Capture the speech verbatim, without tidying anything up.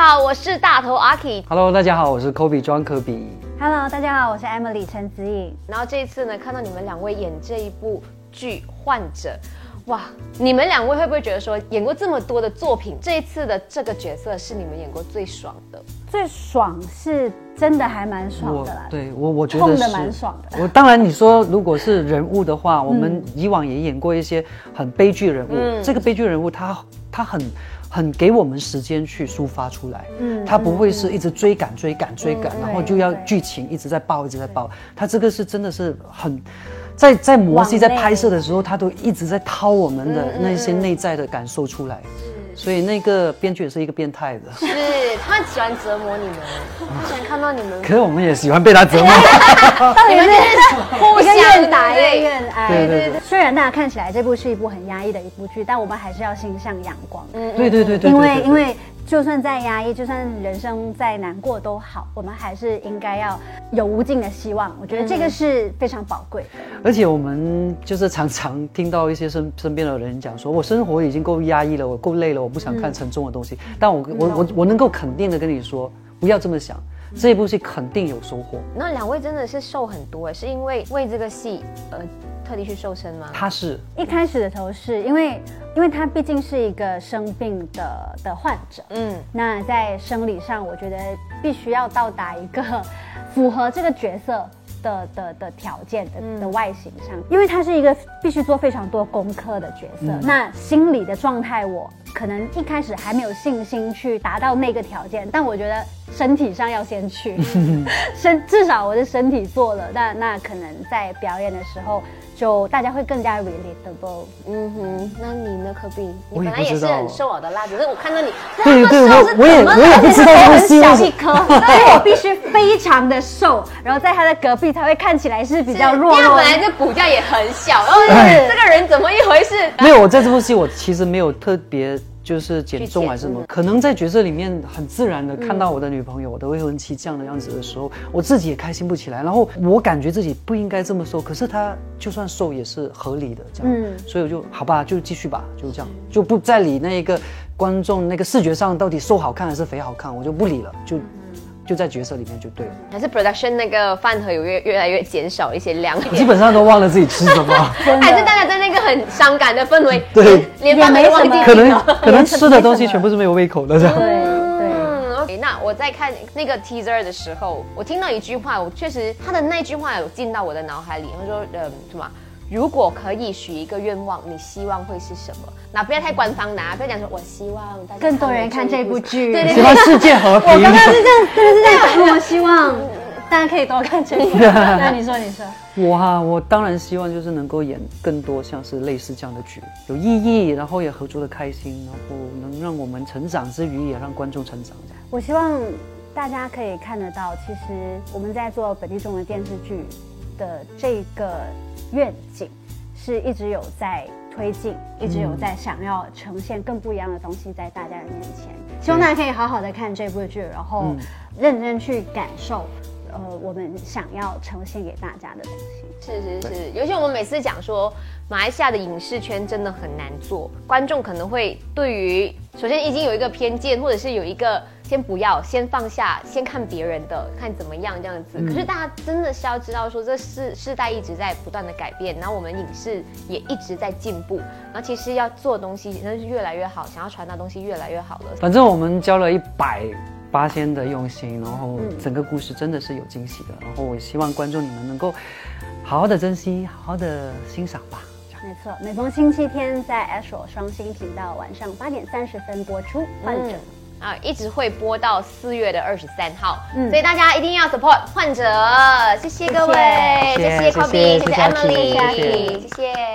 好，我是大头阿 K。Hello， 大家好，我是 Kobe 庄科比。 Hello， 大家好，我是 Emily 陈子颖。 然后这一次呢，看到你们两位演这一部剧《患者》，哇，你们两位会不会觉得说，演过这么多的作品，这一次的这个角色是你们演过最爽的？ 最爽是真的还蛮爽的啦。 对我，我觉得是痛的蛮爽的。 我当然你说如果是人物的话，我们以往也演过一些很悲剧人物。嗯、这个悲剧人物他他很。很给我们时间去抒发出来，嗯，他不会是一直追赶、追赶、追赶，然后就要剧情一直在爆、一直在爆。他这个是真的是很，在在磨戏、在拍摄的时候，他都一直在掏我们的那些内在的感受出来。所以那个编剧也是一个变态的， 是他很喜欢折磨你们，他喜欢看到你们。 可是我们也喜欢被他折磨， 你们是互相愿打一个愿挨。 对对对。 虽然大家看起来这部是一部很压抑的一部剧，但我们还是要心向阳光。 嗯，对对对对。 因为因为就算再压抑，就算人生再难过都好，我们还是应该要有无尽的希望。我觉得这个是非常宝贵的。 而且我们就是常常听到一些身身边的人讲说，我生活已经够压抑了，我够累了，我不想看沉重的东西。嗯、但我我我我能够肯定的跟你说，不要这么想。这一部戏肯定有收获。 那两位真的是瘦很多哎，是因为为这个戏呃特地去瘦身吗？ 他是一开始的时候是因为，因为他毕竟是一个生病的的患者，嗯，那在生理上，我觉得必须要到达一个符合这个角色的的的条件的、嗯、的外形上，因为他是一个必须做非常多功课的角色，嗯、那心理的状态我可能一开始还没有信心去达到那个条件，但我觉得身体上要先去，身至少我的身体做了，那那可能在表演的时候。就大家会更加 relatable。 嗯哼，那你呢，科比？你本来也是很瘦的啦，可是我看到你对对，我我也我也不知道这很小一颗，所以我必须非常的瘦，然后在他的隔壁才会看起来是比较弱弱。 本来这骨架也很小，然后这个人怎么一回事？ 没有，我在这部戏我其实没有特别。就是减重还是什么，可能在角色里面很自然的看到我的女朋友，我的未婚妻这样的样子的时候，我自己也开心不起来。然后我感觉自己不应该这么瘦，可是她就算瘦也是合理的这样，嗯，所以我就好吧，就继续吧，就这样，就不再理那个观众那个视觉上到底瘦好看还是肥好看，我就不理了，就。就在角色里面就对了， 还是 production 那个饭盒有越越来越减少一些量， 基本上都忘了自己吃什么， 还是大家在那个很伤感的氛围， 对， 连饭都忘记， 可能可能吃的东西全部是没有胃口的这样。 对对。OK， 那我在看那个 teaser 的时候，我听到一句话，我确实他的那句话有进到我的脑海里，他说呃什么？如果可以许一个愿望，你希望会是什么？那不要太官方的啊，不要讲说我希望大家更多人看这部剧， 对对对， 希望世界和平。 我刚刚是这样，真的是这样讲。我希望大家可以多看这部剧。那你说，你说。 我哈，我当然希望就是能够演更多像是类似这样的剧，有意义，然后也合作的开心，然后能让我们成长之余，也让观众成长。 我希望大家可以看得到，其实我们在做本地中文电视剧的这个愿景是一直有在推进，一直有在想要呈现更不一样的东西在大家的面前。希望大家可以好好的看这部剧，然后认真去感受，呃，我们想要呈现给大家的东西。 是是是，尤其我们每次讲说，马来西亚的影视圈真的很难做，观众可能会对于首先已经有一个偏见，或者是有一个。先不要，先放下，先看别人的，看怎么样这样子。嗯、可是大家真的是要知道说，这世世代一直在不断的改变，然后我们影视也一直在进步，然后其实要做的东西真的是越来越好，想要传达东西越来越好了。 反正我们交了一百八千的用心，然后整个故事真的是有惊喜的。然后我也希望观众你们能够好好的珍惜，好好的欣赏吧。 没错，每逢星期天在 Astro 双星频道晚上八点三十分播出《患者》。嗯啊，一直会播到四月的二十三号，嗯，所以大家一定要 support 患者，谢谢各位，谢谢 Kobe，谢谢 Emily，谢谢。